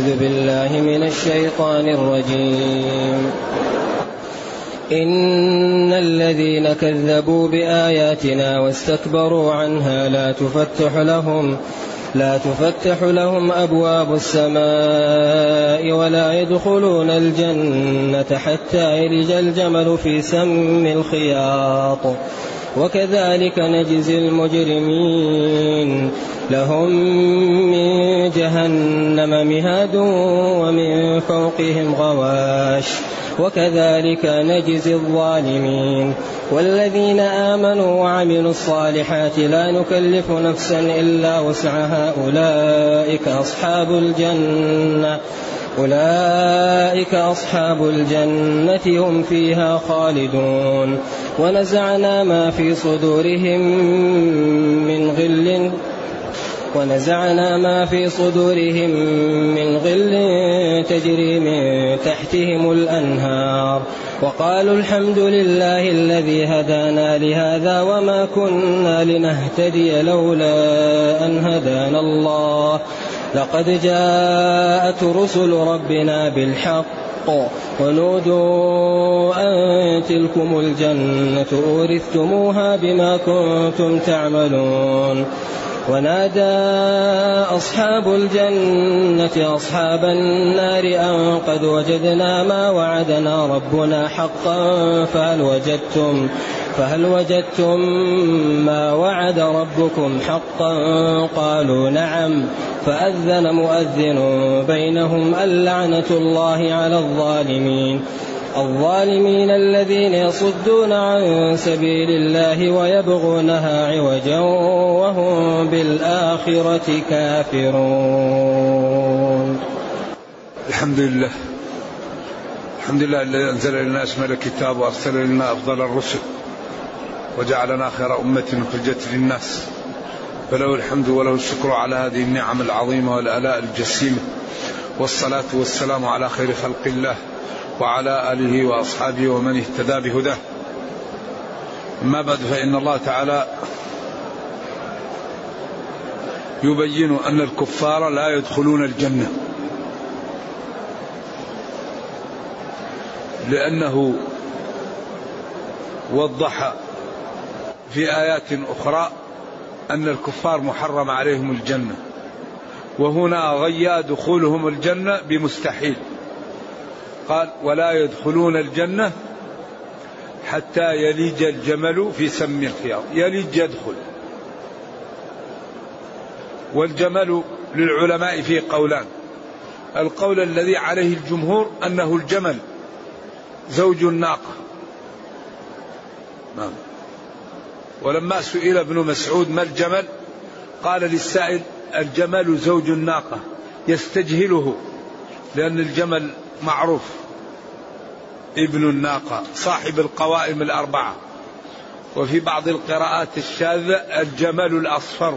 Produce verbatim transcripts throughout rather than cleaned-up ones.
أعوذ بالله من الشيطان الرجيم. إن الذين كذبوا بآياتنا واستكبروا عنها لا تفتح لهم لا تفتح لهم أبواب السماء ولا يدخلون الجنة حتى يلج الجمل في سم الخياط وكذلك نجزي المجرمين. لهم من جهنم مهاد ومن فوقهم غواش وكذلك نجزي الظالمين. والذين آمنوا وعملوا الصالحات لا نكلف نفسا إلا وسعها أولئك أصحاب الجنة أولئك أصحاب الجنة هم فيها خالدون. ونزعنا ما في صدورهم من غل ونزعنا ما في صدورهم من غل تجري من تحتهم الأنهار وقالوا الحمد لله الذي هدانا لهذا وما كنا لنهتدي لولا أن هدانا الله لقد جاءت رسل ربنا بالحق ونودوا أن تلكم الجنة أورثتموها بما كنتم تعملون. ونادى أصحاب الجنة أصحاب النار أن قد وجدنا ما وعدنا ربنا حقا فهل وجدتم فهل وجدتم ما وعد ربكم حقا؟ قالوا نعم. فأذن مؤذن بينهم اللعنة الله على الظالمين الظالمين الذين يصدون عن سبيل الله ويبغونها عوجا وهم بالآخرة كافرون. الحمد لله الحمد لله الذي أنزل لنا أشمل الكتاب وأرسل لنا أفضل الرسل وجعلنا خير أمة أخرجت للناس فله الحمد وله الشكر على هذه النعم العظيمة والآلاء الجسيمة والصلاة والسلام على خير خلق الله وعلى آله وأصحابه ومن اهتدى بهداه. أما بعد فإن الله تعالى يبين أن الكفار لا يدخلون الجنة لأنه وضح في آيات أخرى أن الكفار محرم عليهم الجنة وهنا غيا دخولهم الجنة بمستحيل. قال ولا يدخلون الجنة حتى يلج الجمل في سم الخياط. يلج يدخل. والجمل للعلماء فيه قولان. القول الذي عليه الجمهور أنه الجمل زوج الناقة. نعم. ولما سئل ابن مسعود ما الجمل قال للسائل الجمل زوج الناقة يستجهله لأن الجمل معروف ابن الناقة صاحب القوائم الأربعة. وفي بعض القراءات الشاذة الجمل الأصفر.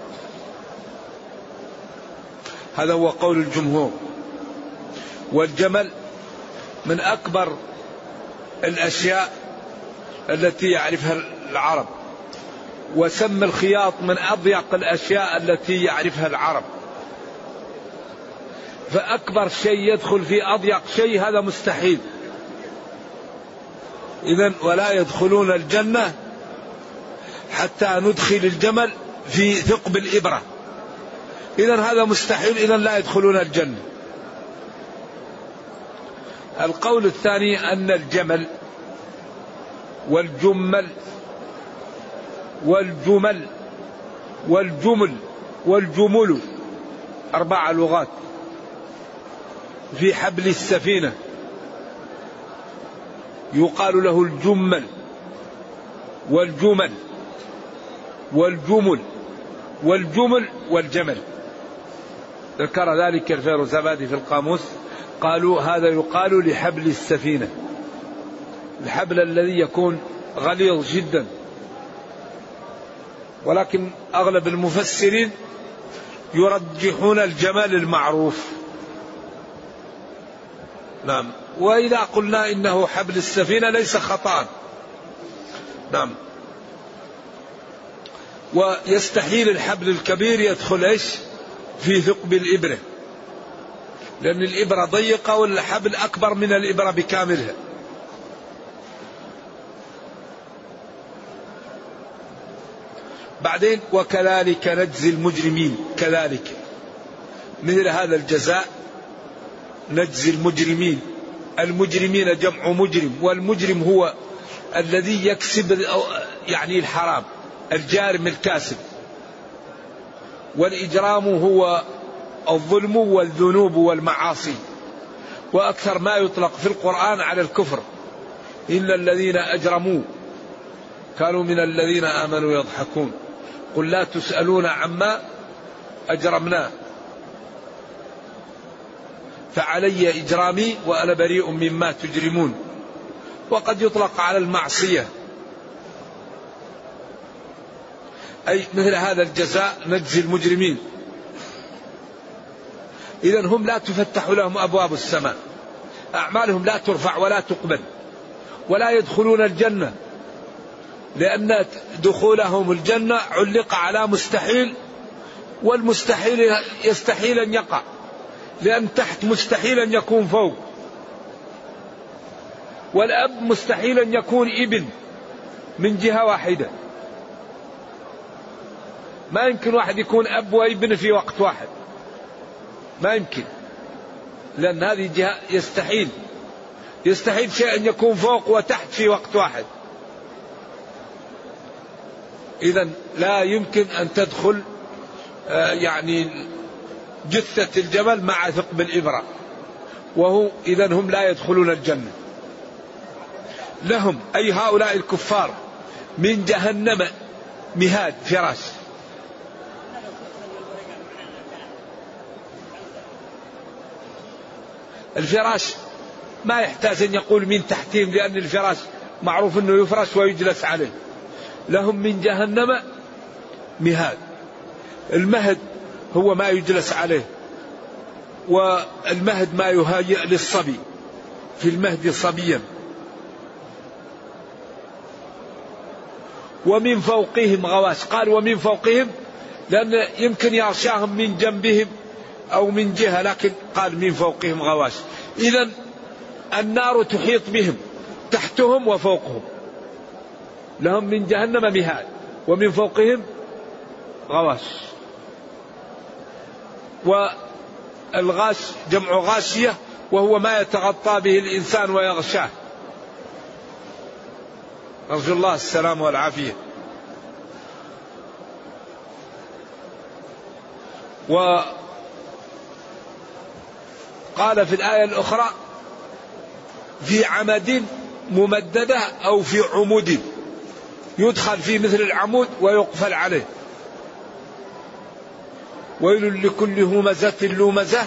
هذا هو قول الجمهور. والجمل من أكبر الأشياء التي يعرفها العرب وسم الخياط من أضيق الأشياء التي يعرفها العرب. فأكبر شيء يدخل في أضيق شيء هذا مستحيل. إذن ولا يدخلون الجنة حتى ندخل الجمل في ثقب الإبرة. إذن هذا مستحيل. إذن لا يدخلون الجنة. القول الثاني أن الجمل والجمل والجمل والجمل والجمل أربع لغات في حبل السفينة يقال له الجمل والجمل والجمل والجمل والجمل. ذكر ذلك الفيروزابادي في القاموس. قالوا هذا يقال لحبل السفينة الحبل الذي يكون غليظ جدا. ولكن أغلب المفسرين يرجحون الجمال المعروف. نعم. وإذا قلنا إنه حبل السفينة ليس خطأ. نعم. ويستحيل الحبل الكبير يدخل إيش في ثقب الإبرة لأن الإبرة ضيقة والحبل أكبر من الإبرة بكاملها. بعدين وكذلك نجزي المجرمين، كذلك مثل هذا الجزاء نجزي المجرمين. المجرمين جمع مجرم، والمجرم هو الذي يكسب يعني الحرام، الجارم الكاسب. والإجرام هو الظلم والذنوب والمعاصي، وأكثر ما يطلق في القرآن على الكفر. إن الذين أجرموا كانوا من الذين آمنوا يضحكون قل لا تسألون عما أجرمنا فعلي إجرامي وأنا بريء مما تجرمون. وقد يطلق على المعصية، أي مثل هذا الجزاء نجزي المجرمين. إذن هم لا تفتح لهم أبواب السماء، أعمالهم لا ترفع ولا تقبل، ولا يدخلون الجنة، لأن دخولهم الجنة علق على مستحيل، والمستحيل يستحيل أن يقع، لأن تحت مستحيل أن يكون فوق، والأب مستحيل أن يكون ابن من جهة واحدة. ما يمكن واحد يكون أب وابن في وقت واحد، ما يمكن، لأن هذه جهة يستحيل. يستحيل شيء أن يكون فوق وتحت في وقت واحد. إذن لا يمكن أن تدخل يعني جثة الجمل مع ثقب الإبرة، وهو إذن هم لا يدخلون الجنة. لهم أي هؤلاء الكفار من جهنم مهاد، فراش. الفراش ما يحتاج أن يقول من تحتهم، لأن الفراش معروف أنه يفرش ويجلس عليه. لهم من جهنم مهاد. المهد هو ما يجلس عليه، والمهد ما يهيئ للصبي، في المهد صبيا. ومن فوقهم غواش. قال ومن فوقهم لأن يمكن يغشاهم من جنبهم أو من جهة، لكن قال من فوقهم غواش. إذن النار تحيط بهم تحتهم وفوقهم. لهم من جهنم مهاد ومن فوقهم غواش. والغاش جمع غاشية، وهو ما يتغطى به الإنسان ويغشاه. نرجو الله السلام والعافية. وقال في الآية الأخرى في عمد ممددة أو في عمود، يدخل في مثل العمود ويقفل عليه. ويل لكل همزة لمزة.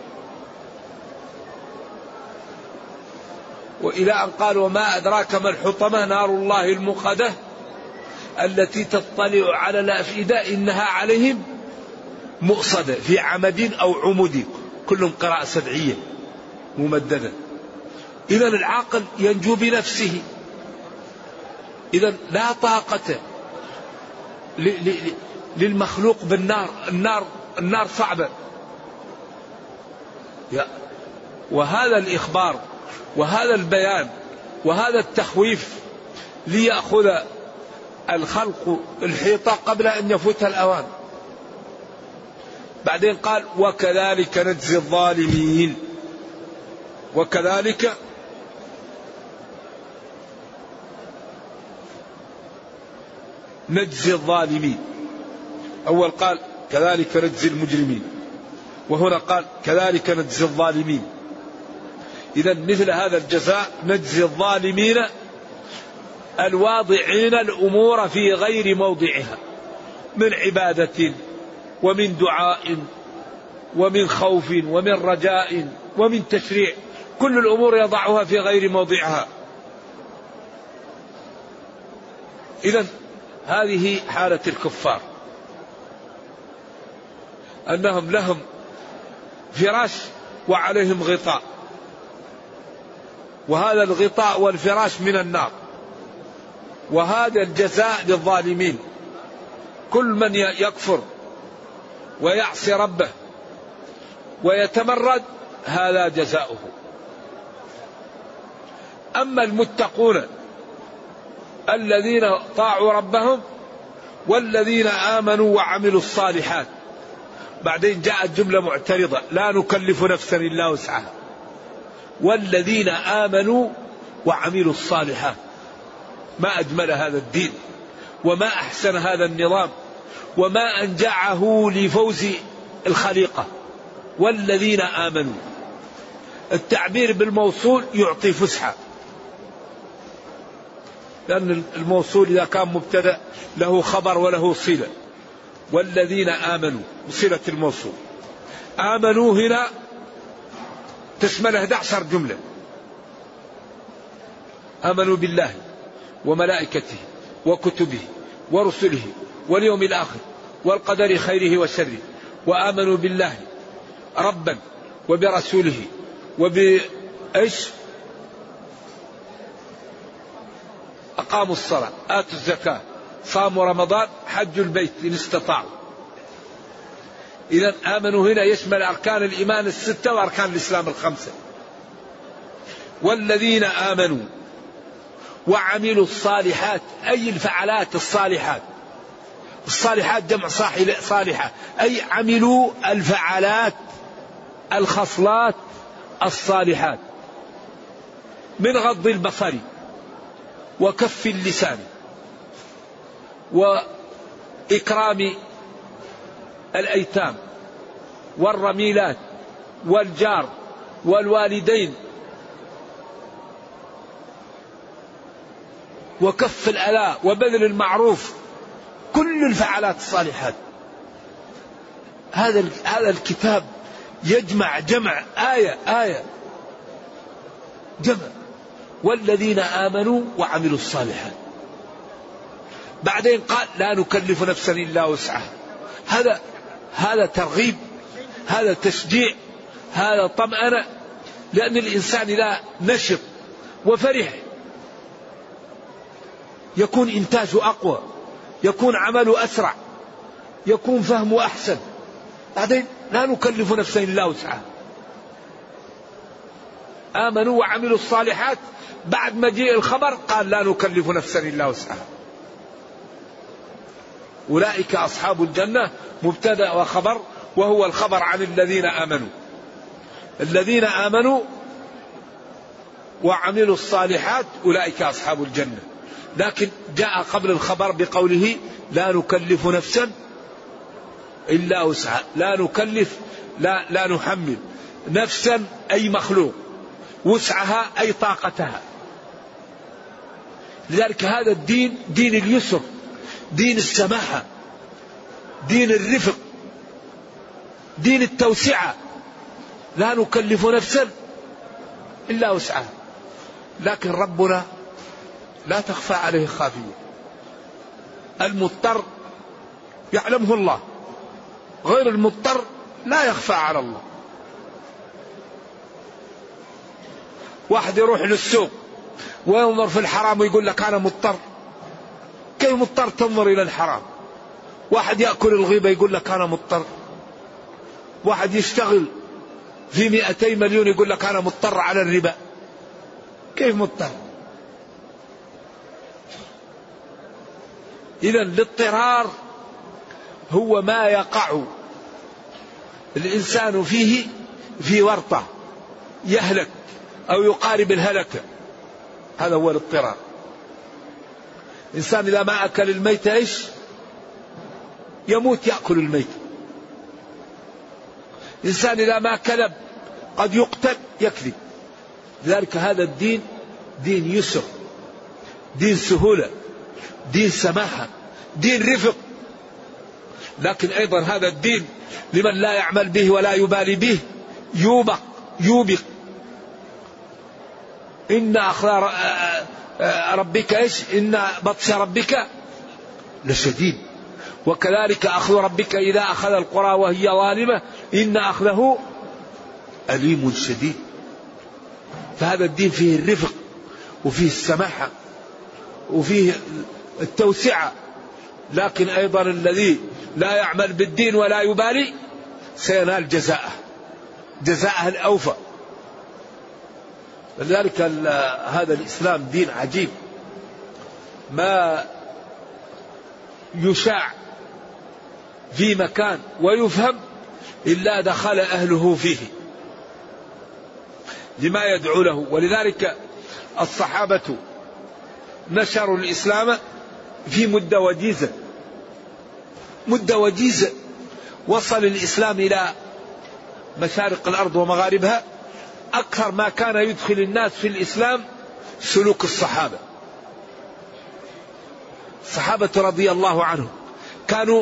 وإلى أن قال وما أدراك ما الحطمة نار الله الموقدة التي تطلع على الأفئدة إنها عليهم مؤصدة. في عمد أو عمود، كلهم قراءة سبعية ممددة. إذن العاقل ينجو بنفسه. إذن لا طاقة للمخلوق بالنار. النار النار صعبة. وهذا الإخبار وهذا البيان وهذا التخويف ليأخذ الخلق الحيطة قبل أن يفوت الأوان. بعدين قال وكذلك نجزي الظالمين. وكذلك نجزي الظالمين. أول قال كذلك نجزي المجرمين، وهنا قال كذلك نجزي الظالمين. إذن مثل هذا الجزاء نجزي الظالمين الواضعين الأمور في غير موضعها، من عبادة ومن دعاء ومن خوف ومن رجاء ومن تشريع، كل الأمور يضعها في غير موضعها. إذن هذه حالة الكفار، أنهم لهم فراش وعليهم غطاء، وهذا الغطاء والفراش من النار. وهذا الجزاء للظالمين. كل من يكفر ويعصي ربه ويتمرد هذا جزاؤه. أما المتقون الذين طاعوا ربهم والذين آمنوا وعملوا الصالحات، بعدين جاءت جملة معترضة: لا نكلف نفسا إلا وسعها. والذين آمنوا وعملوا الصالحات، ما أجمل هذا الدين وما أحسن هذا النظام وما أنجعه لفوز الخليقة. والذين آمنوا، التعبير بالموصول يعطي فسحة، لأن الموصول إذا كان مبتدأ له خبر وله صلة. والذين آمنوا بصلة الموصول. آمنوا هنا تشمل أحد عشر جملة: آمنوا بالله وملائكته وكتبه ورسله واليوم الآخر والقدر خيره وشره، وآمنوا بالله ربا وبرسوله وبإيش أقاموا الصلاة آتوا الزكاة صاموا رمضان حجوا البيت إن استطاعوا. إذن آمنوا هنا يشمل أركان الإيمان الستة وأركان الإسلام الخمسة. والذين آمنوا وعملوا الصالحات، أي الفعلات الصالحات. الصالحات جمع صالحة، أي عملوا الفعلات الخصلات الصالحات، من غض البصر وكف اللسان وإكرام الأيتام والرميلات والجار والوالدين وكف الأذى وبذل المعروف، كل الفعلات الصالحات. هذا هذا الكتاب يجمع جمع آية آية جمع. والذين آمنوا وعملوا الصالحات. بعدين قال: لا نكلف نفسا إلا وسعها. هذا هذا ترغيب، هذا تشجيع، هذا طمأنة، لأن الإنسان إذا نشط وفرح يكون إنتاجه أقوى، يكون عمله أسرع، يكون فهمه أحسن. بعدين لا نكلف نفسا إلا وسعها. آمنوا وعملوا الصالحات، بعد مجيء الخبر قال: لا نكلف نفسا إلا وسعها. أولئك أصحاب الجنة، مبتدأ وخبر، وهو الخبر عن الذين آمنوا. الذين آمنوا وعملوا الصالحات أولئك أصحاب الجنة. لكن جاء قبل الخبر بقوله: لا نكلف نفسا إلا وسعها. لا نكلف، لا, لا نحمل نفسا أي مخلوق، وسعها أي طاقتها. لذلك هذا الدين دين اليسر، دين السماحة، دين الرفق، دين التوسعة. لا نكلف نفسا إلا وسعها. لكن ربنا لا تخفى عليه خافية. المضطر يعلمه الله، غير المضطر لا يخفى على الله. واحد يروح للسوق وينظر في الحرام ويقول لك أنا مضطر. كيف مضطر تنظر إلى الحرام؟ واحد يأكل الغيبة يقول لك أنا مضطر. واحد يشتغل في مئتي مليون يقول لك أنا مضطر على الربا. كيف مضطر؟ إذا الاضطرار هو ما يقع الإنسان فيه في ورطة يهلك أو يقارب الهلكة، هذا هو الاضطرار. إنسان إذا ما أكل الميت إيش؟ يموت يأكل الميت. إنسان إذا ما كذب قد يقتل يكذب. لذلك هذا الدين دين يسر، دين سهولة، دين سماحة، دين رفق. لكن أيضا هذا الدين لمن لا يعمل به ولا يبالي به يوبق يوبق. إن أخذ ربك إيش؟ إن بطش ربك لشديد، وكذلك أخذ ربك إذا أخذ القرى وهي ظالمة إن أخذه أليم شديد. فهذا الدين فيه الرفق وفيه السماحة وفيه التوسعة. لكن أيضا الذي لا يعمل بالدين ولا يبالي سينال جزاءه. جزاءها الأوفى. لذلك هذا الإسلام دين عجيب، ما يشاع في مكان ويفهم إلا دخل أهله فيه لما يدعو له. ولذلك الصحابة نشروا الإسلام في مدة وجيزة، مدة وجيزة وصل الإسلام إلى مشارق الأرض ومغاربها. أكثر ما كان يدخل الناس في الإسلام سلوك الصحابة. الصحابة رضي الله عنهم كانوا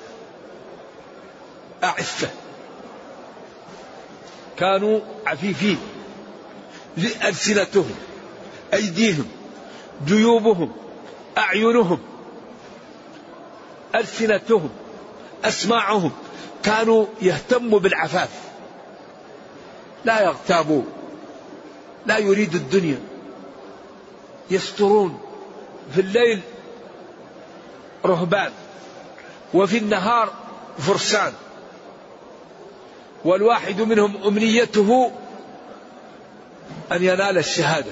أعفة، كانوا عفيفين، ألسنتهم، أيديهم، جيوبهم، أعينهم، ألسنتهم، أسماعهم، كانوا يهتموا بالعفاف، لا يغتابوا، لا يريدوا الدنيا، يسترون، في الليل رهبان وفي النهار فرسان، والواحد منهم أمنيته أن ينال الشهادة.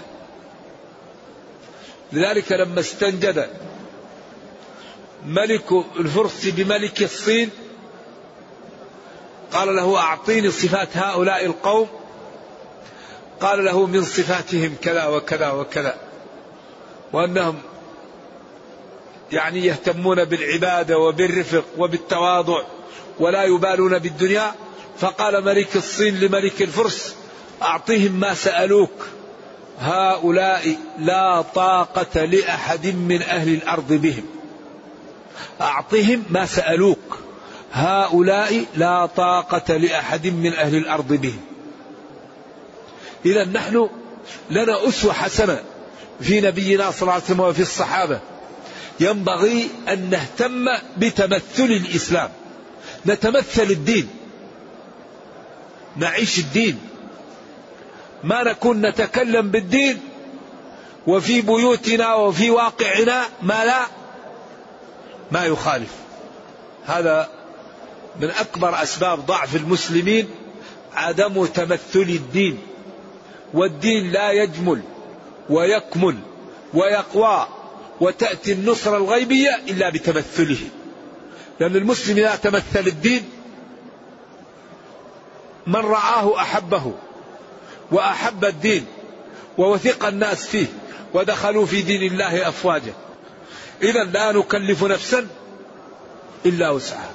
لذلك لما استنجد ملك الفرس بملك الصين قال له أعطيني صفات هؤلاء القوم، قال له من صفاتهم كذا وكذا وكذا، وأنهم يعني يهتمون بالعبادة وبالرفق وبالتواضع ولا يبالون بالدنيا. فقال ملك الصين لملك الفرس أعطيهم ما سألوك، هؤلاء لا طاقة لأحد من أهل الأرض بهم. أعطهم ما سألوك، هؤلاء لا طاقة لأحد من أهل الأرض بهم. إذا نحن لنا أسوة حسنة في نبينا صلى الله عليه وسلم وفي الصحابة. ينبغي أن نهتم بتمثل الإسلام، نتمثل الدين، نعيش الدين، ما نكون نتكلم بالدين وفي بيوتنا وفي واقعنا ما لا ما يخالف. هذا من أكبر أسباب ضعف المسلمين، عدم تمثل الدين. والدين لا يجمل ويكمل ويقوى وتأتي النصرة الغيبية إلا بتمثله. لأن المسلم إذا تمثل الدين من رآه أحبه وأحب الدين ووثق الناس فيه ودخلوا في دين الله أفواجا. إذا لا نكلف نفسا إلا وسعها،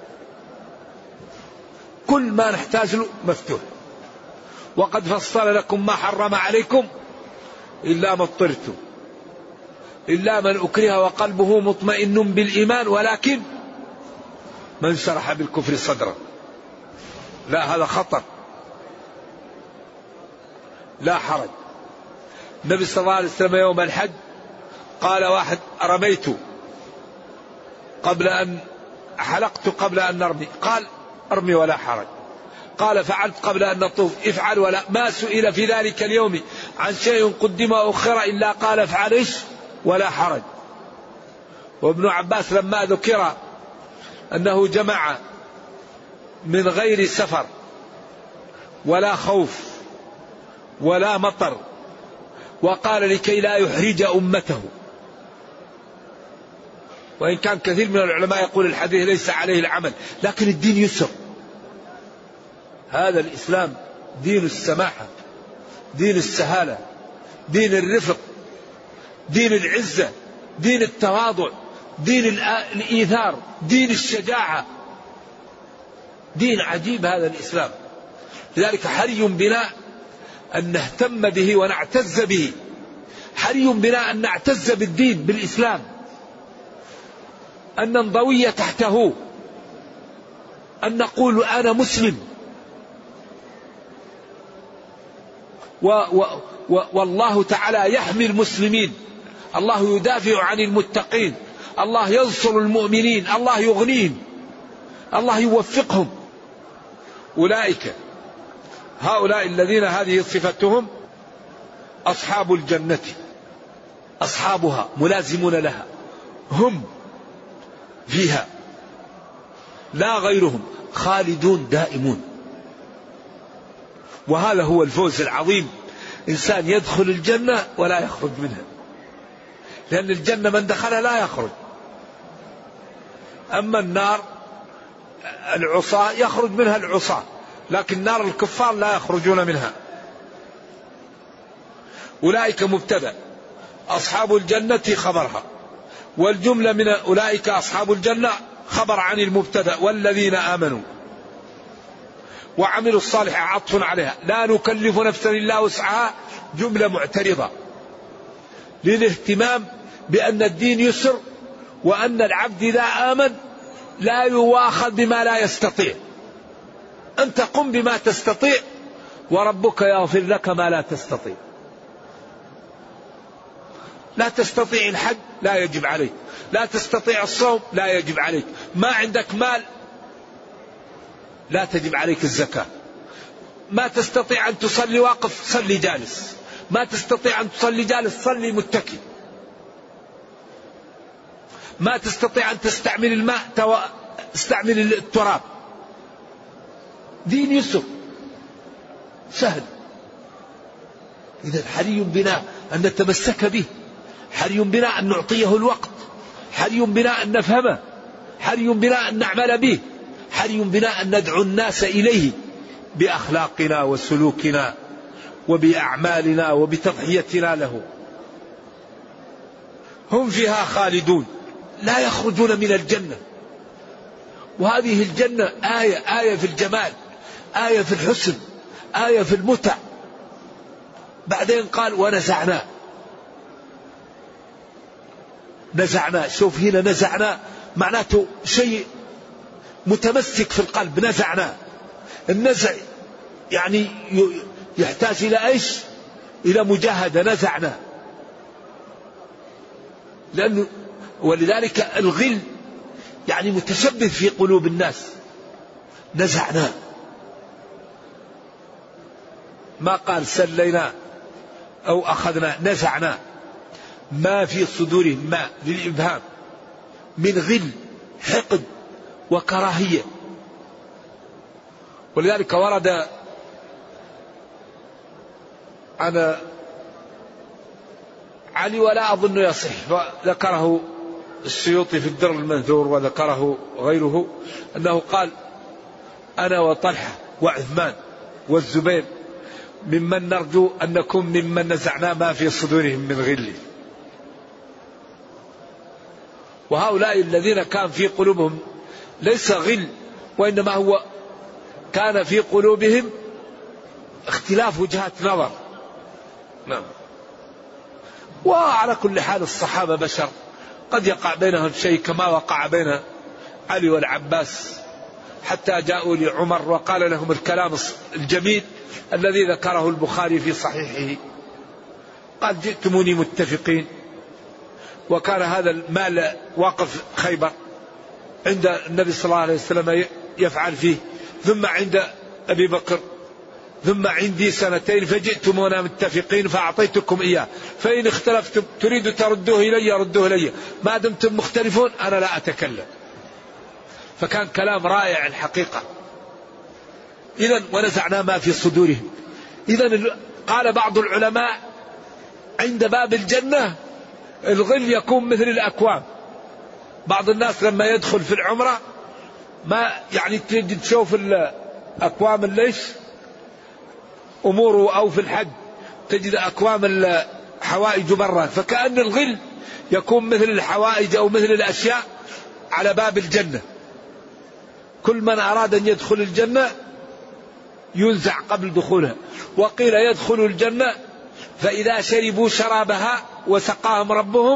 كل ما نحتاج له مفتوح. وقد فصل لكم ما حرم عليكم إلا ما اضطررتم، إلا من أكره وقلبه مطمئن بالإيمان ولكن من شرح بالكفر صدرا. لا، هذا خطر، لا حرج. النبي صلى الله عليه وسلم يوم الحج قال واحد رميت قبل أن حلقت قبل أن نرمي، قال ارمي ولا حرج. قال فعلت قبل أن نطوف، افعل ولا. ما سئل في ذلك اليوم عن شيء قدم أخر إلا قال افعل ايش ولا حرج. وابن عباس لما ذكر أنه جمع من غير سفر ولا خوف ولا مطر، وقال لكي لا يحرج أمته. وإن كان كثير من العلماء يقول الحديث ليس عليه العمل، لكن الدين يسر. هذا الإسلام دين السماحة، دين السهالة، دين الرفق، دين العزة، دين التواضع، دين الإيثار، دين الشجاعة، دين عجيب هذا الإسلام. لذلك حري بنا أن نهتم به ونعتز به، حري بنا أن نعتز بالدين بالإسلام، أن ننضوي تحته، أن نقول أنا مسلم. و و و والله تعالى يحمي المسلمين، الله يدافع عن المتقين، الله ينصر المؤمنين، الله يغنيهم، الله يوفقهم. أولئك هؤلاء الذين هذه صفتهم أصحاب الجنة، أصحابها ملازمون لها، هم فيها لا غيرهم، خالدون دائمون. وهذا هو الفوز العظيم، إنسان يدخل الجنة ولا يخرج منها، لأن الجنة من دخلها لا يخرج. أما النار العصاة يخرج منها العصاة، لكن نار الكفار لا يخرجون منها. أولئك مبتدأ، أصحاب الجنة خبرها، والجملة من أولئك أصحاب الجنة خبر عن المبتدأ والذين آمنوا وعملوا الصالحات عطف عليها. لا نكلف نفسا إلا وسعها جملة معترضة للاهتمام بأن الدين يسر، وأن العبد إذا آمن لا يواخذ بما لا يستطيع. أنت قم بما تستطيع وربك يغفر لك ما لا تستطيع. لا تستطيع الحج لا يجب عليك، لا تستطيع الصوم لا يجب عليك، ما عندك مال لا تجب عليك الزكاة، ما تستطيع أن تصلي واقف صلي جالس، ما تستطيع أن تصلي جالس صلي متكئ، ما تستطيع أن تستعمل الماء تو... استعمل التراب. دين يسر سهل. إذا حري بنا أن نتمسك به، حري بنا أن نعطيه الوقت، حري بنا أن نفهمه، حري بنا أن نعمل به، حري بنا أن ندعو الناس إليه بأخلاقنا وسلوكنا وبأعمالنا وبتضحيتنا له. هم فيها خالدون لا يخرجون من الجنة. وهذه الجنة آية آية في الجمال، آية في الحسن، آية في المتع. بعدين قال ونزعنا، نزعنا، شوف هنا نزعنا معناته شيء متمسك في القلب. نزعنا، النزع يعني يحتاج إلى إيش؟ إلى مجاهدة. نزعنا لأنه ولذلك الغل يعني متشبث في قلوب الناس. نزعنا، ما قال سلينا أو أخذنا، نزعنا ما في صدورهم، ما للإبهام، من غل حقد وكراهية. ولذلك ورد عن علي ولا أظن يصح، فذكره السيوطي في الدر المنثور وذكره غيره أنه قال أنا وطلحة وعثمان والزبير ممن نرجو أن نكون ممن نزعنا ما في صدورهم من غل. وهؤلاء الذين كان في قلوبهم ليس غل، وإنما هو كان في قلوبهم اختلاف وجهات نظر. نعم. وعلى كل حال الصحابة بشر، قد يقع بينهم شيء كما وقع بين علي والعباس، حتى جاءوا لعمر وقال لهم الكلام الجميل الذي ذكره البخاري في صحيحه، قال جئتموني متفقين، وكان هذا المال واقف خيبر عند النبي صلى الله عليه وسلم يفعل فيه، ثم عند أبي بكر، ثم عندي سنتين فجئتمونا متفقين فأعطيتكم إياه، فإن اختلفتم تريد تردوه إلي ردوه إلي، ما دمتم مختلفون أنا لا أتكلم. فكان كلام رائع الحقيقة. إذن ونزعنا ما في صدورهم. إذن قال بعض العلماء عند باب الجنة الغل يكون مثل الأكوام. بعض الناس لما يدخل في العمرة ما يعني تجد تشوف الأكوام ليش أموره، أو في الحج تجد أكوام الحوائج برا، فكأن الغل يكون مثل الحوائج أو مثل الأشياء على باب الجنة. كل من أراد أن يدخل الجنة ينزع قبل دخولها. وقيل يدخل الجنة فإذا شربوا شرابها وسقاهم ربهم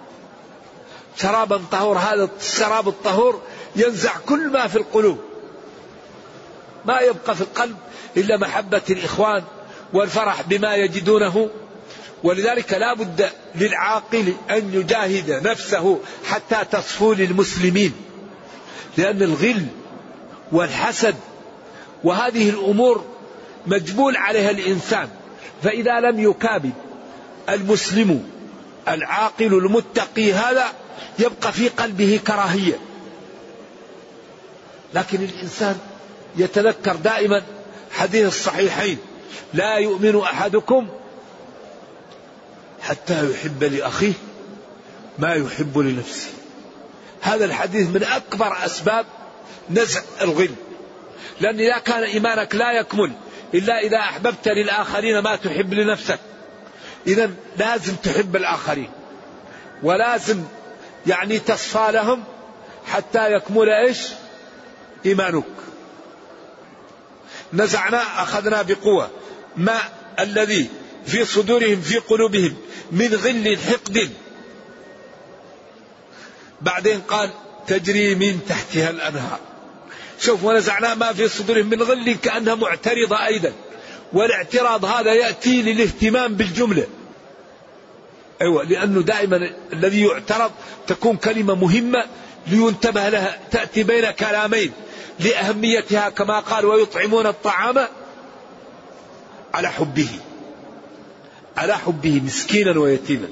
شرابا طهور. هذا الشراب الطهور ينزع كل ما في القلوب، ما يبقى في القلب إلا محبة الإخوان والفرح بما يجدونه. ولذلك لا بد للعاقل أن يجاهد نفسه حتى تصفو للمسلمين، لأن الغل والحسد وهذه الأمور مجبول عليها الإنسان. فإذا لم يكابد المسلم العاقل المتقي هذا يبقى في قلبه كراهية. لكن الإنسان يتذكر دائما حديث الصحيحين لا يؤمن أحدكم حتى يحب لأخيه ما يحب لنفسه. هذا الحديث من أكبر أسباب نزع الغل، لأن إذا كان إيمانك لا يكمل إلا إذا أحببت للآخرين ما تحب لنفسك. إذن لازم تحب الآخرين، ولازم يعني تصفى لهم حتى يكمل إيش إيمانك. نزعنا أخذنا بقوة ما الذي في صدورهم في قلوبهم من غل حقد. بعدين قال تجري من تحتها الأنهار. شوف، ونزعنا ما في صدورهم من غل كأنها معترضة أيضا، والاعتراض هذا يأتي للاهتمام بالجملة. أيوة، لأنه دائما الذي يعترض تكون كلمة مهمة لينتبه لها، تأتي بين كلامين لأهميتها، كما قال ويطعمون الطعام على حبه، على حبه مسكينا ويتيما.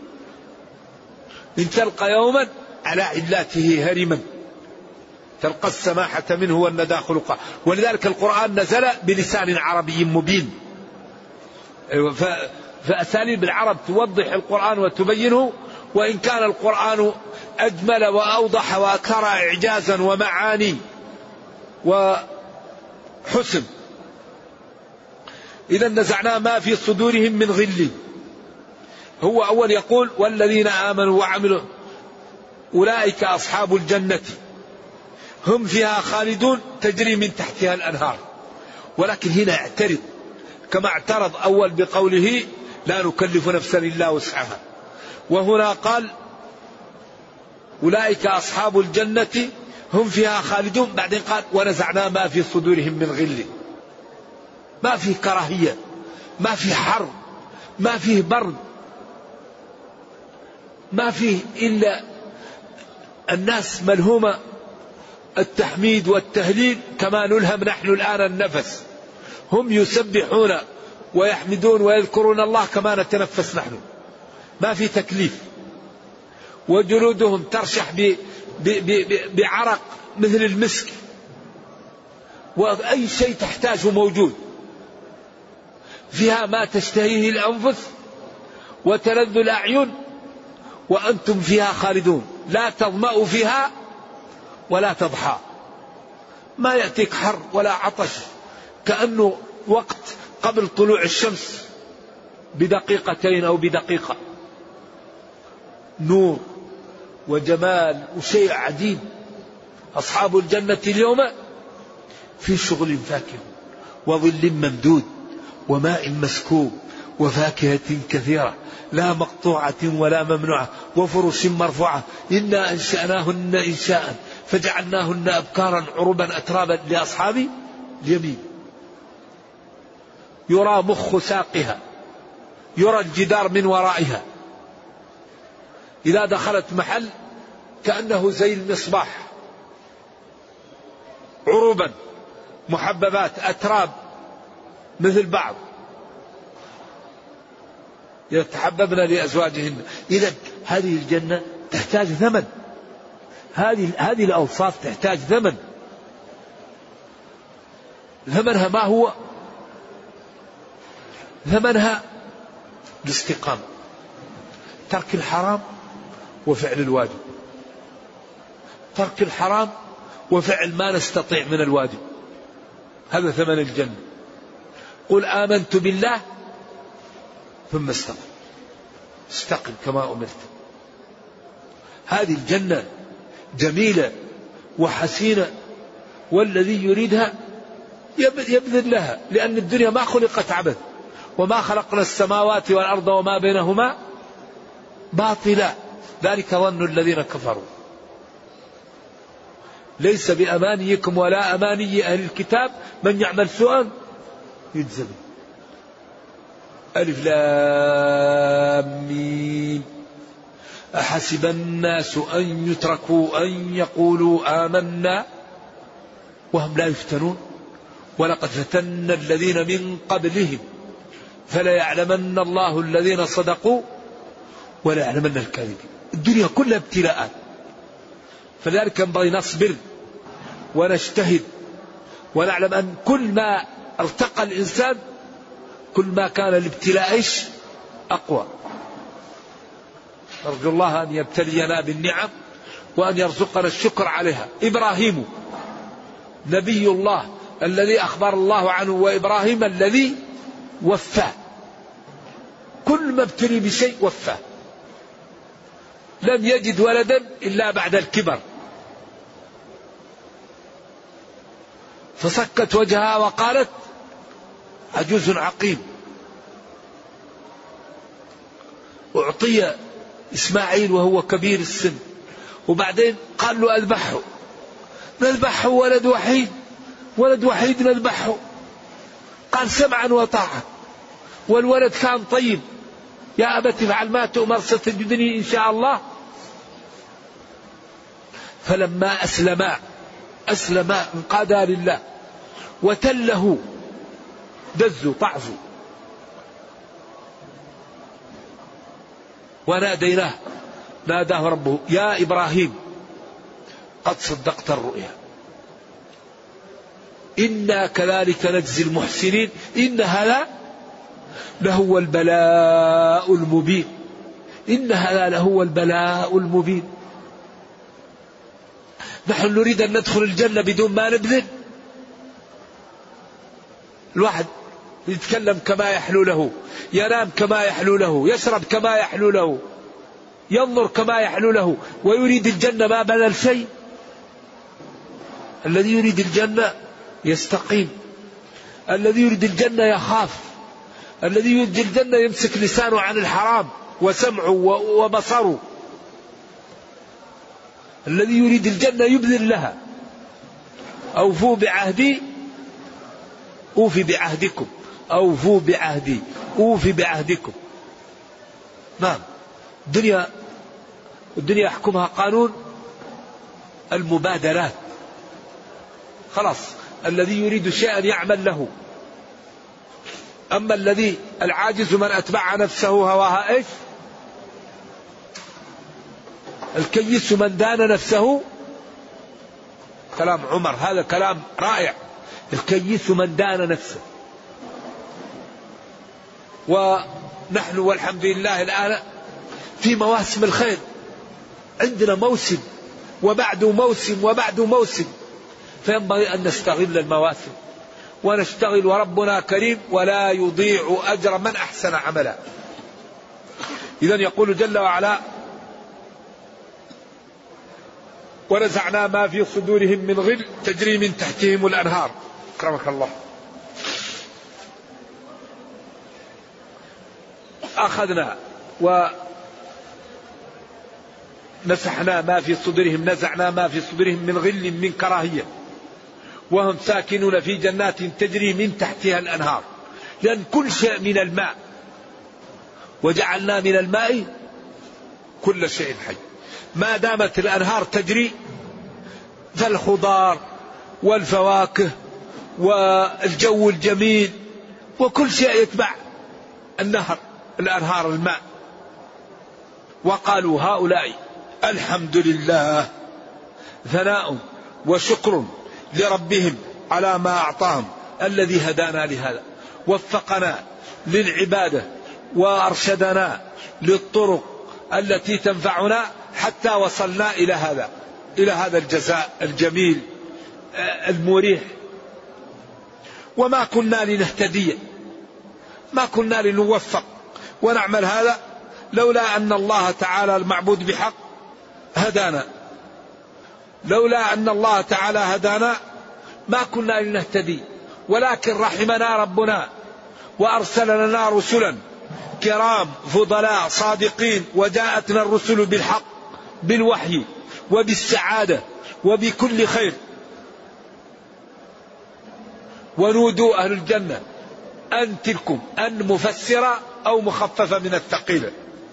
إن تلقى يوما على علاته هرما تلقى السماحة منه والندى خلقا. ولذلك القرآن نزل بلسان عربي مبين. أيوة، فأساليب العرب توضح القرآن وتبينه، وإن كان القرآن أجمل وأوضح وأكثر إعجازا ومعاني وحسن. إذا نزعنا ما في صدورهم من غل. هو أول يقول والذين آمنوا وعملوا أولئك أصحاب الجنة هم فيها خالدون تجري من تحتها الأنهار. ولكن هنا اعترض كما اعترض أول بقوله لا نكلف نفسا إلا وسعها، وهنا قال أولئك أصحاب الجنة هم فيها خالدون. بعدين قال ونزعنا ما في صدورهم من غل. ما فيه كراهية، ما فيه حر، ما فيه برد، ما فيه إلا الناس ملهومة التحميد والتهليل كما نلهم نحن الآن النفس. هم يسبحون ويحمدون ويذكرون الله كما نتنفس نحن، ما في تكليف. وجلودهم ترشح ب ب ب بعرق مثل المسك، وأي شيء تحتاجه موجود. فيها ما تشتهيه الأنفس وتلذ الأعين وأنتم فيها خالدون لا تظمأوا فيها ولا تضحى. ما يأتيك حر ولا عطش، كأنه وقت قبل طلوع الشمس بدقيقتين أو بدقيقة. نور وجمال وشيء عجيب. أصحاب الجنة اليوم في شغل فاكهة وظل ممدود وماء مسكوب وفاكهة كثيرة لا مقطوعة ولا ممنوعة وفرش مرفوعة إنا أنشأناهن إنشاء فجعلناهن أبكارا عربا أترابا لأصحاب اليمين. يرى مخ ساقها، يرى الجدار من ورائها. إذا دخلت محل كأنه زي المصباح، عروبا محببات أتراب مثل بعض يتحببن لأزواجهن. إذا هذه الجنة تحتاج ثمن، هذه هذه الأوصاف تحتاج ثمن. ثمنها ما هو؟ ثمنها الاستقامة، ترك الحرام وفعل الواجب، ترك الحرام وفعل ما نستطيع من الواجب. هذا ثمن الجنة. قل آمنت بالله ثم استقم، استقم كما أمرت. هذه الجنة جميلة وحسينة، والذي يريدها يبذل لها، لأن الدنيا ما خلقت عبث، وما خلقنا السماوات والأرض وما بينهما باطلا، ذلك ظن الذين كفروا. ليس بأمانيكم ولا أماني أهل الكتاب من يعمل سوءا يجزى به. ألف لام ميم أحسب الناس أن يتركوا أن يقولوا آمنا وهم لا يفتنون ولقد فتنا الذين من قبلهم فليعلمن الله الذين صدقوا وليعلمن الكاذبين. الدنيا كلها ابتلاءات، فلذلك ينبغي نصبر ونجتهد ونعلم أن كل ما ارتقى الإنسان كل ما كان الابتلاء إيش أقوى. نرجو الله أن يبتلينا بالنعم وأن يرزقنا الشكر عليها. إبراهيم نبي الله الذي أخبر الله عنه، وإبراهيم الذي وفاه، كل ما ابتلي بشيء وفاه، لم يجد ولدا إلا بعد الكبر، فصكت وجهها وقالت عجوز عقيم. أعطي إسماعيل وهو كبير السن، وبعدين قال له أذبحه، نذبحه ولد وحيد، ولد وحيد نذبحه. قال سمعا وطاعة، والولد كان طيب، يا أبت افعل ما تؤمر ستجدني إن شاء الله. فلما أسلما أسلما انقادا لله وتله دزوا طعزوا وناديناه، ناداه ربه يا إبراهيم قد صدقت الرؤيا إنا كذلك نجزي المحسنين إن هذا لهو البلاء المبين، إن هذا لهو البلاء المبين. نحن نريد أن ندخل الجنة بدون ما نبذل. الواحد يتكلم كما يحلو له، ينام كما يحلو له، يشرب كما يحلو له، ينظر كما يحلو له، ويريد الجنة ما بذل شيء. الذي يريد الجنة يستقيم، الذي يريد الجنة يخاف، الذي يريد الجنة يمسك لسانه عن الحرام وسمعه وبصره، الذي يريد الجنة يبذل لها. أوفوا بعهدي أوفي بعهدكم، أوفوا بعهدي أوفي بعهدكم. نعم، الدنيا الدنيا يحكمها قانون المبادرات. خلاص، الذي يريد شيئا يعمل له. أما الذي العاجز من أتبع نفسه هواها إيش؟ الكيس من دان نفسه. كلام عمر هذا كلام رائع. الكيس من دان نفسه. ونحن والحمد لله الآن في مواسم الخير، عندنا موسم وبعده موسم وبعده موسم، فينبغي أن نستغل المواسم ونشتغل، وربنا كريم ولا يضيع أجر من أحسن عملا. إذن يقول جل وعلا ونزعنا ما في صدورهم من غل تجري من تحتهم الأنهار. أكرمك الله. أخذنا ونسحنا ما في صدورهم، نزعنا ما في صدورهم من غل من كراهية، وهم ساكنون في جنات تجري من تحتها الأنهار، لأن كل شيء من الماء، وجعلنا من الماء كل شيء حي. ما دامت الأنهار تجري فالخضار والفواكه والجو الجميل وكل شيء يتبع النهر، الأنهار الماء. وقالوا هؤلاء الحمد لله، ثناء وشكر لربهم على ما أعطاهم الذي هدانا لهذا، وفقنا للعبادة وأرشدنا للطرق التي تنفعنا حتى وصلنا إلى هذا إلى هذا الجزاء الجميل المريح. وما كنا لنهتدي، ما كنا لنوفق ونعمل هذا لولا أن الله تعالى المعبود بحق هدانا، لولا أن الله تعالى هدانا ما كنا لنهتدي، ولكن رحمنا ربنا وأرسل لنا رسلا كرام فضلاء صادقين، وجاءتنا الرسل بالحق بالوحي وبالسعادة وبكل خير. ونودوا أهل الجنة أن تلكم أن مفسرة أو مخففة من الثقيلة.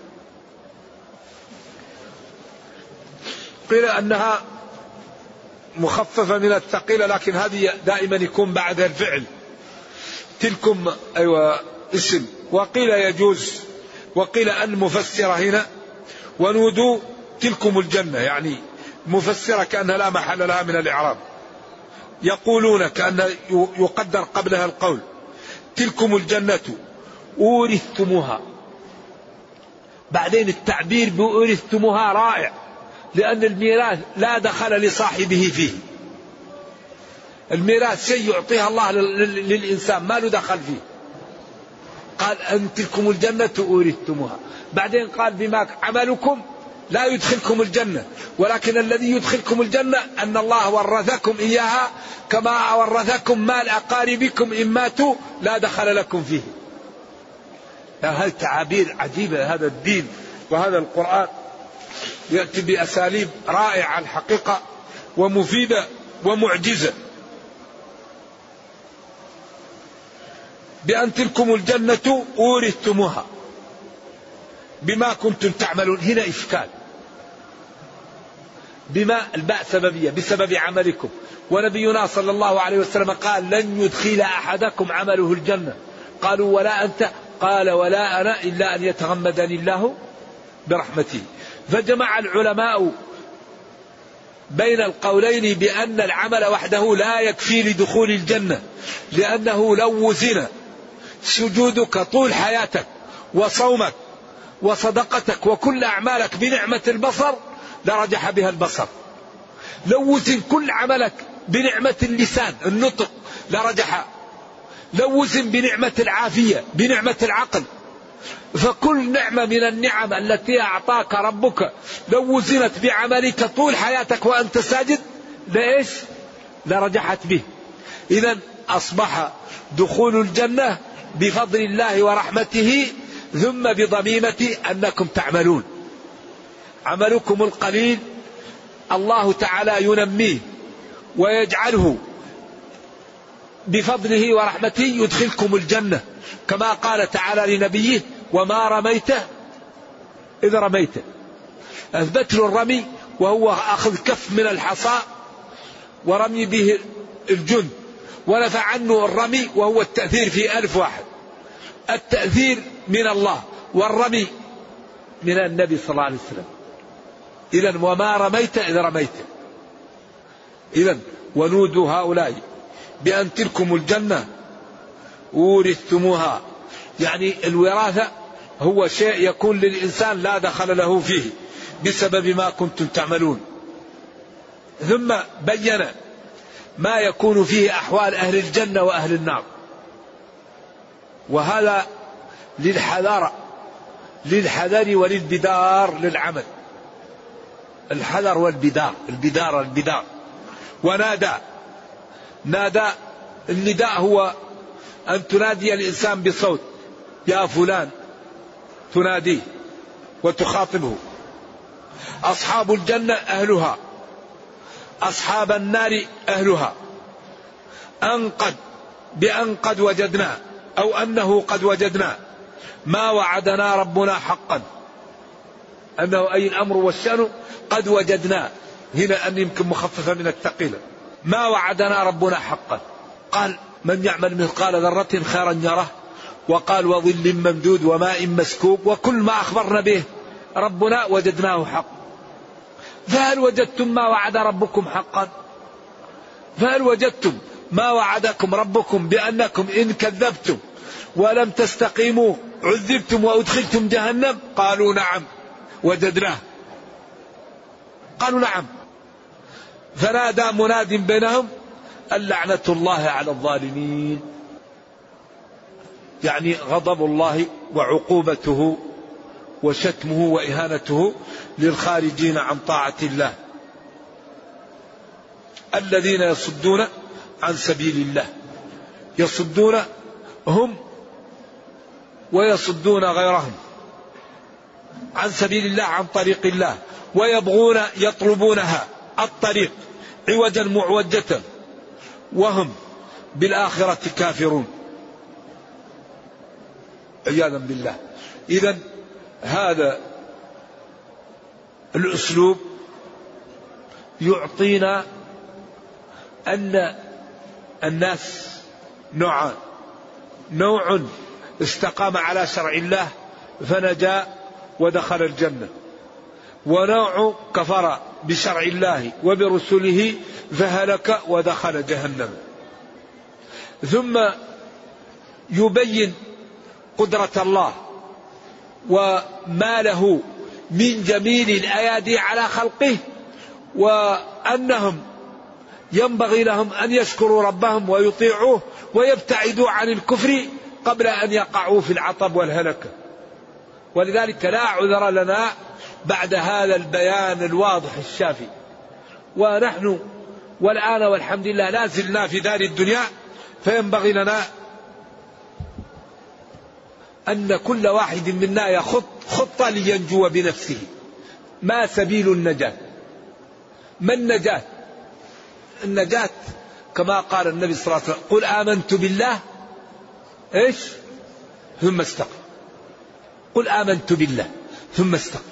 قيل أنها مخففة من الثقيلة، لكن هذه دائما يكون بعد الفعل. تلكم أيوة اسم، وقيل يجوز، وقيل أن مفسرة هنا. ونودوا تلكم الجنة، يعني مفسرة كأنها لا محل لها من الإعراب. يقولون كأن يقدر قبلها القول تلكم الجنة أورثتموها. بعدين التعبير بأورثتموها رائع، لأن الميراث لا دخل لصاحبه فيه. الميراث شيء يعطيها الله للإنسان ما له دخل فيه. قال أن تلكم الجنة أورثتموها. بعدين قال بما عملكم لا يدخلكم الجنة، ولكن الذي يدخلكم الجنة أن الله ورثكم إياها كما ورثكم مال أقاربكم إن ماتوا لا دخل لكم فيه. هذه تعابير عجيبة. هذا الدين وهذا القرآن يأتي بأساليب رائعة الحقيقة ومفيدة ومعجزة. بأن تلكم الجنة أورثتموها بما كنتم تعملون. هنا إشكال. بما الباء سببية بسبب عملكم، ونبينا صلى الله عليه وسلم قال لن يدخل أحدكم عمله الجنة. قالوا ولا أنت؟ قال ولا أنا إلا أن يتغمدني الله برحمته. فجمع العلماء بين القولين بأن العمل وحده لا يكفي لدخول الجنة، لأنه لو وزن سجودك طول حياتك وصومك وصدقتك وكل أعمالك بنعمة البصر لرجح بها البصر. لو وزن كل عملك بنعمة اللسان النطق لرجح. لو وزن بنعمة العافية بنعمة العقل. فكل نعمة من النعم التي أعطاك ربك لو وزنت بعملك طول حياتك وأنت ساجد لإيش؟ لرجحت به. إذن أصبح دخول الجنة بفضل الله ورحمته ثم بضميمة أنكم تعملون. عملكم القليل الله تعالى ينميه ويجعله بفضله ورحمته يدخلكم الجنة، كما قال تعالى لنبيه وما رميت إذ رميت. أثبت له الرمي وهو أخذ كف من الحصى ورمي به الجند، ونفع عنه الرمي وهو التأثير في ألف واحد. التأثير من الله والرمي من النبي صلى الله عليه وسلم. إذن وما رميت إذ رميت. إذن ونودوا هؤلاء بأن تلكم الجنة أورثتموها. يعني الوراثة هو شيء يكون للإنسان لا دخل له فيه بسبب ما كنتم تعملون. ثم بين ما يكون فيه أحوال أهل الجنة وأهل النار، وهذا للحذر للحذر وللبدار للعمل. الحذر والبدار، البدار البدار. ونادى نادى النداء هو أن تنادي الإنسان بصوت يا فلان، تناديه وتخاطبه. أصحاب الجنة أهلها، أصحاب النار أهلها. أن قد بأن قد وجدنا أو أنه قد وجدنا ما وعدنا ربنا حقا. أنه أي الأمر والشأن قد وجدنا، هنا أن يمكن مخففة من الثقيلة. ما وعدنا ربنا حقا. قال من يعمل مثقال ذرة خيرا يره، وقال وظل ممدود وماء مسكوب، وكل ما أخبرنا به ربنا وجدناه حق. فهل وجدتم ما وعد ربكم حقا؟ فهل وجدتم ما وعدكم ربكم بأنكم إن كذبتم ولم تستقيموا عذبتم وأدخلتم جهنم؟ قالوا نعم وجدناه. قالوا نعم. فنادى مناد بينهم اللعنة الله على الظالمين. يعني غضب الله وعقوبته وشتمه وإهانته للخارجين عن طاعة الله، الذين يصدون عن سبيل الله. يصدون هم ويصدون غيرهم عن سبيل الله، عن طريق الله، ويبغون يطلبونها الطريق عوجا معوجة، وهم بالآخرة كافرون عياذا بالله. إذن هذا الأسلوب يعطينا أن الناس نوعان: نوع استقام على شرع الله فنجا ودخل الجنة، ونوع كفر بشرع الله وبرسله فهلك ودخل جهنم. ثم يبين قدرة الله وما له من جميل الأيادي على خلقه، وأنهم ينبغي لهم أن يشكروا ربهم ويطيعوه ويبتعدوا عن الكفر قبل أن يقعوا في العطب والهلكة. ولذلك لا عذر لنا بعد هذا البيان الواضح الشافي. ونحن والآن والحمد لله لا زلنا في دار الدنيا، فينبغي لنا أن كل واحد منا يخط خطة لينجو بنفسه. ما سبيل النجاة؟ ما النجاة؟ النجاة كما قال النبي صلى الله عليه وسلم: قل آمنت بالله إيش ثم استقم. قل آمنت بالله ثم استقم.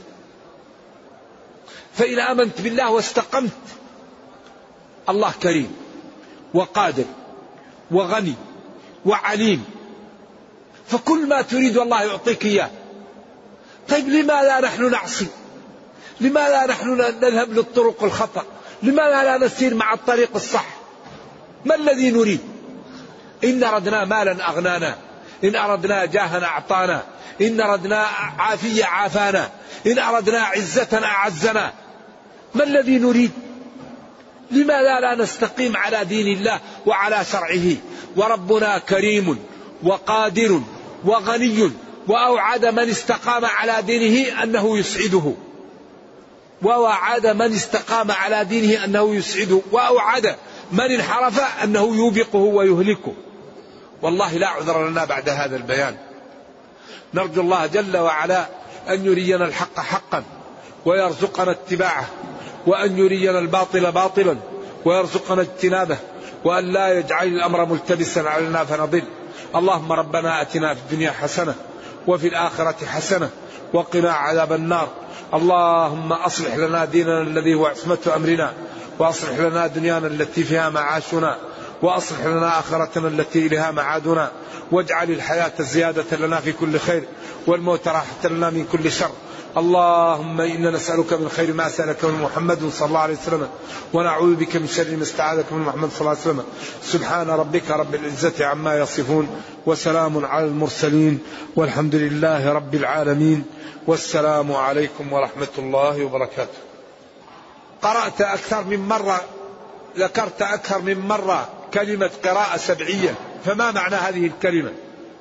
فإن آمنت بالله واستقمت، الله كريم وقادر وغني وعليم، فكل ما تريد الله يعطيك إياه. طيب لماذا نحن نعصي؟ لماذا نحن نذهب للطرق الخطأ؟ لماذا لا نسير مع الطريق الصح؟ ما الذي نريد؟ إن أردنا مالا أغنانا، إن أردنا جاها أعطانا، إن أردنا عافية عافانا، إن أردنا عزة أعزنا. ما الذي نريد؟ لماذا لا نستقيم على دين الله وعلى شرعه؟ وربنا كريم وقادر وغني، وأوعد من استقام على دينه أنه يسعده، ووعد من استقام على دينه أنه يسعده، وأوعد من انحرف أنه يوبقه ويهلكه. والله لا عذر لنا بعد هذا البيان. نرجو الله جل وعلا أن يرينا الحق حقا ويرزقنا اتباعه، وأن يرينا الباطل باطلا ويرزقنا اجتنابه، وأن لا يجعل الأمر ملتبسا علينا فنضل. اللهم ربنا أتنا في الدنيا حسنة وفي الآخرة حسنة وقنا عذاب النار. اللهم أصلح لنا ديننا الذي هو عصمة أمرنا، وأصلح لنا دنيانا التي فيها معاشنا، وأصلح لنا آخرتنا التي إليها معادنا، واجعل الحياة زيادة لنا في كل خير والموت راحة لنا من كل شر. اللهم إنا نسألك من خير ما سألك من محمد صلى الله عليه وسلم، ونعوذ بك من شر ما استعاذك من محمد صلى الله عليه وسلم. سبحان ربك رب العزة عما يصفون، وسلام على المرسلين، والحمد لله رب العالمين، والسلام عليكم ورحمة الله وبركاته. قرأت أكثر من مرة، ذكرت أكثر من مرة كلمة قراءة سبعية، فما معنى هذه الكلمة؟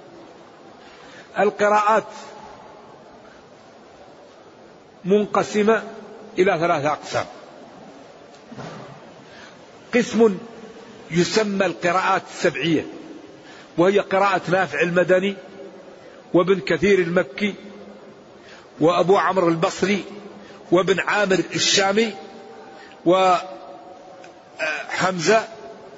القراءات منقسمة إلى ثلاثة أقسام. قسم يسمى القراءات السبعية، وهي قراءة نافع المدني وابن كثير المكي وأبو عمرو البصري وابن عامر الشامي وحمزة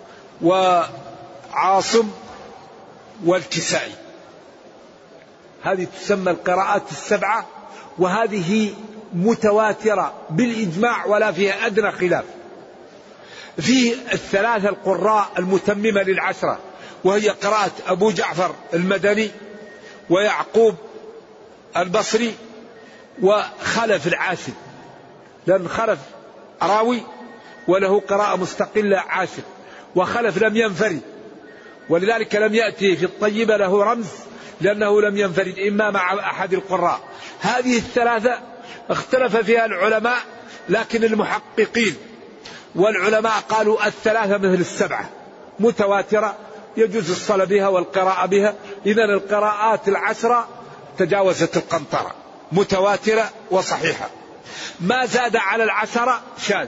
وعاصم والكسائي. هذه تسمى القراءات السبعة، وهذه متواترة بالإجماع ولا فيها أدنى خلاف. فيه الثلاثة القراء المتممة للعشرة، وهي قراءة أبو جعفر المدني ويعقوب البصري وخلف العاشر، لأن خلف راوي وله قراءة مستقلة عاشر، وخلف لم ينفرد، ولذلك لم يأتي في الطيبة له رمز، لأنه لم ينفرد إما مع أحد القراء. هذه الثلاثة اختلف فيها العلماء، لكن المحققين والعلماء قالوا الثلاثة مثل السبعة، متواترة يجوز الصلاة بها والقراءة بها. إذن القراءات العشرة تجاوزت القنطرة، متواترة وصحيحة. ما زاد على العشرة شاذ،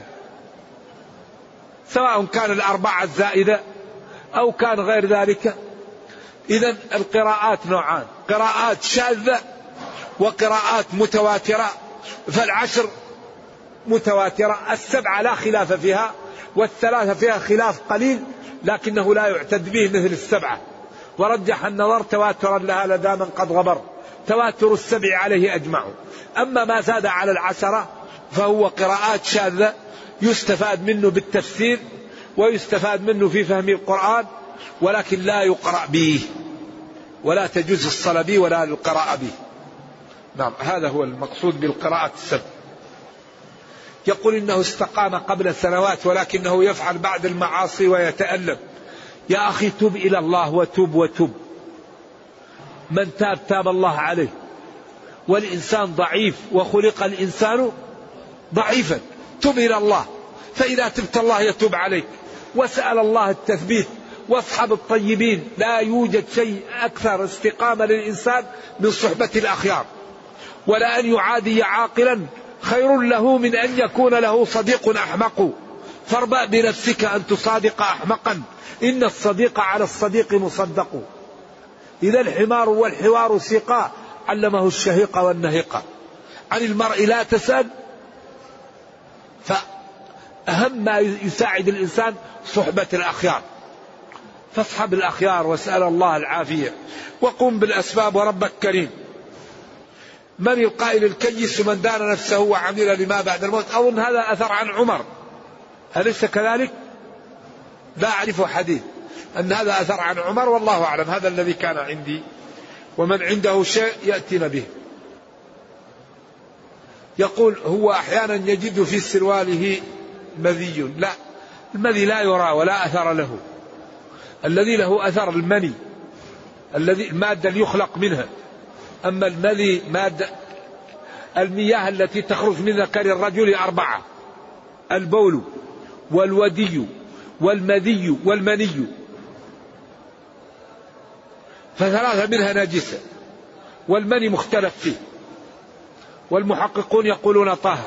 سواء كان الأربعة الزائدة أو كان غير ذلك. إذن القراءات نوعان: قراءات شاذة وقراءات متواترة. فالعشر متواترة، السبعة لا خلاف فيها، والثلاثة فيها خلاف قليل لكنه لا يعتد به مثل السبعة. ورجح النظر تواترا لها لدى من قد غبر، تواتر السبع عليه أجمعوا. أما ما زاد على العشرة فهو قراءات شاذة يستفاد منه بالتفسير ويستفاد منه في فهم القرآن، ولكن لا يقرأ به ولا تجوز الصلاة به ولا القراءة به. نعم، هذا هو المقصود بالقراءة السبع. يقول إنه استقام قبل سنوات ولكنه يفعل بعد المعاصي ويتألم. يا أخي توب إلى الله وتوب وتوب. من تاب تاب الله عليه. والإنسان ضعيف وخلق الإنسان ضعيفا، تب إلى الله، فإذا تبت الله يتوب عليك. وسأل الله التثبيت، واصحب الطيبين. لا يوجد شيء أكثر استقامة للإنسان من صحبة الأخيار. ولا أن يعادي عاقلا خير له من أن يكون له صديق أحمق. فاربأ بنفسك أن تصادق أحمقا، إن الصديق على الصديق مصدق. إذا الحمار والحوار سقا، علمه الشهيق والنهيق. عن المرء لا تسأل، فأهم ما يساعد الإنسان صحبة الأخيار. فاصحب الأخيار واسأل الله العافية، وقم بالأسباب وربك كريم. من القائل الكيس من دان نفسه وعمل لما بعد الموت؟ أظن هذا أثر عن عمر، أليس كذلك؟ لا أعرف حديث أن هذا أثر عن عمر، والله أعلم. هذا الذي كان عندي، ومن عنده شيء يأتينا به. يقول هو أحيانا يجد في سرواله مذي. لا، المذي لا يرى ولا أثر له. الذي له أثر المني، الذي المادة اللي يخلق منها. أما المذي مادة، المياه التي تخرج من ذكر الرجل أربعة: البول والودي والمذي والمني، فثلاثة منها نجسة، والمني مختلف فيه، والمحققون يقولون طاهر.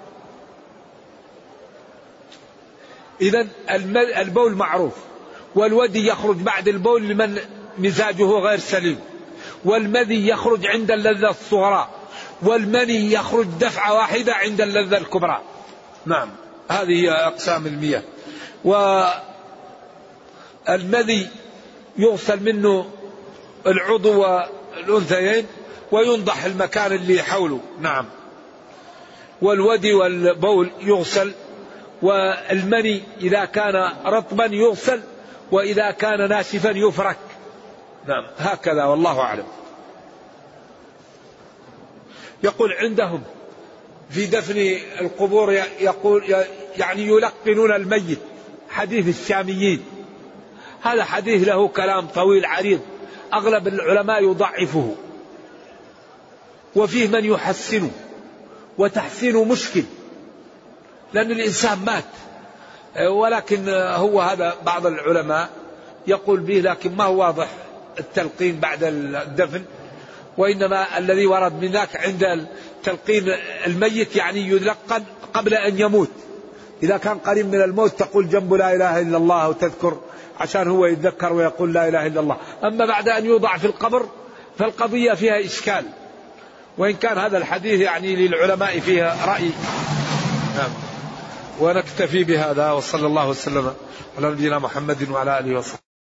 إذن البول معروف، والودي يخرج بعد البول لمن مزاجه غير سليم، والمذي يخرج عند اللذة الصغرى، والمني يخرج دفعة واحدة عند اللذة الكبرى. نعم، هذه هي أقسام المياه. والمذي يغسل منه العضو والأنثيين وينضح المكان اللي حوله. نعم. والودي والبول يغسل، والمني إذا كان رطبا يغسل، وإذا كان ناشفا يفرك. نعم، هكذا والله أعلم. يقول عندهم في دفن القبور يقول يعني يلقنون الميت حديث الشاميين. هذا حديث له كلام طويل عريض، أغلب العلماء يضعفه، وفيه من يحسنه، وتحسينه مشكل لأن الإنسان مات. ولكن هو هذا بعض العلماء يقول به، لكن ما هو واضح التلقين بعد الدفن. وإنما الذي ورد من ذاك عند تلقين الميت يعني يلقن قبل أن يموت. إذا كان قريب من الموت تقول جنب لا إله إلا الله وتذكر عشان هو يتذكر ويقول لا إله إلا الله. أما بعد أن يوضع في القبر فالقضية فيها إشكال، وإن كان هذا الحديث يعني للعلماء فيها رأي. نعم. ونكتفي بهذا، وصلى الله وسلم على نبينا محمد وعلى آله وصحبه.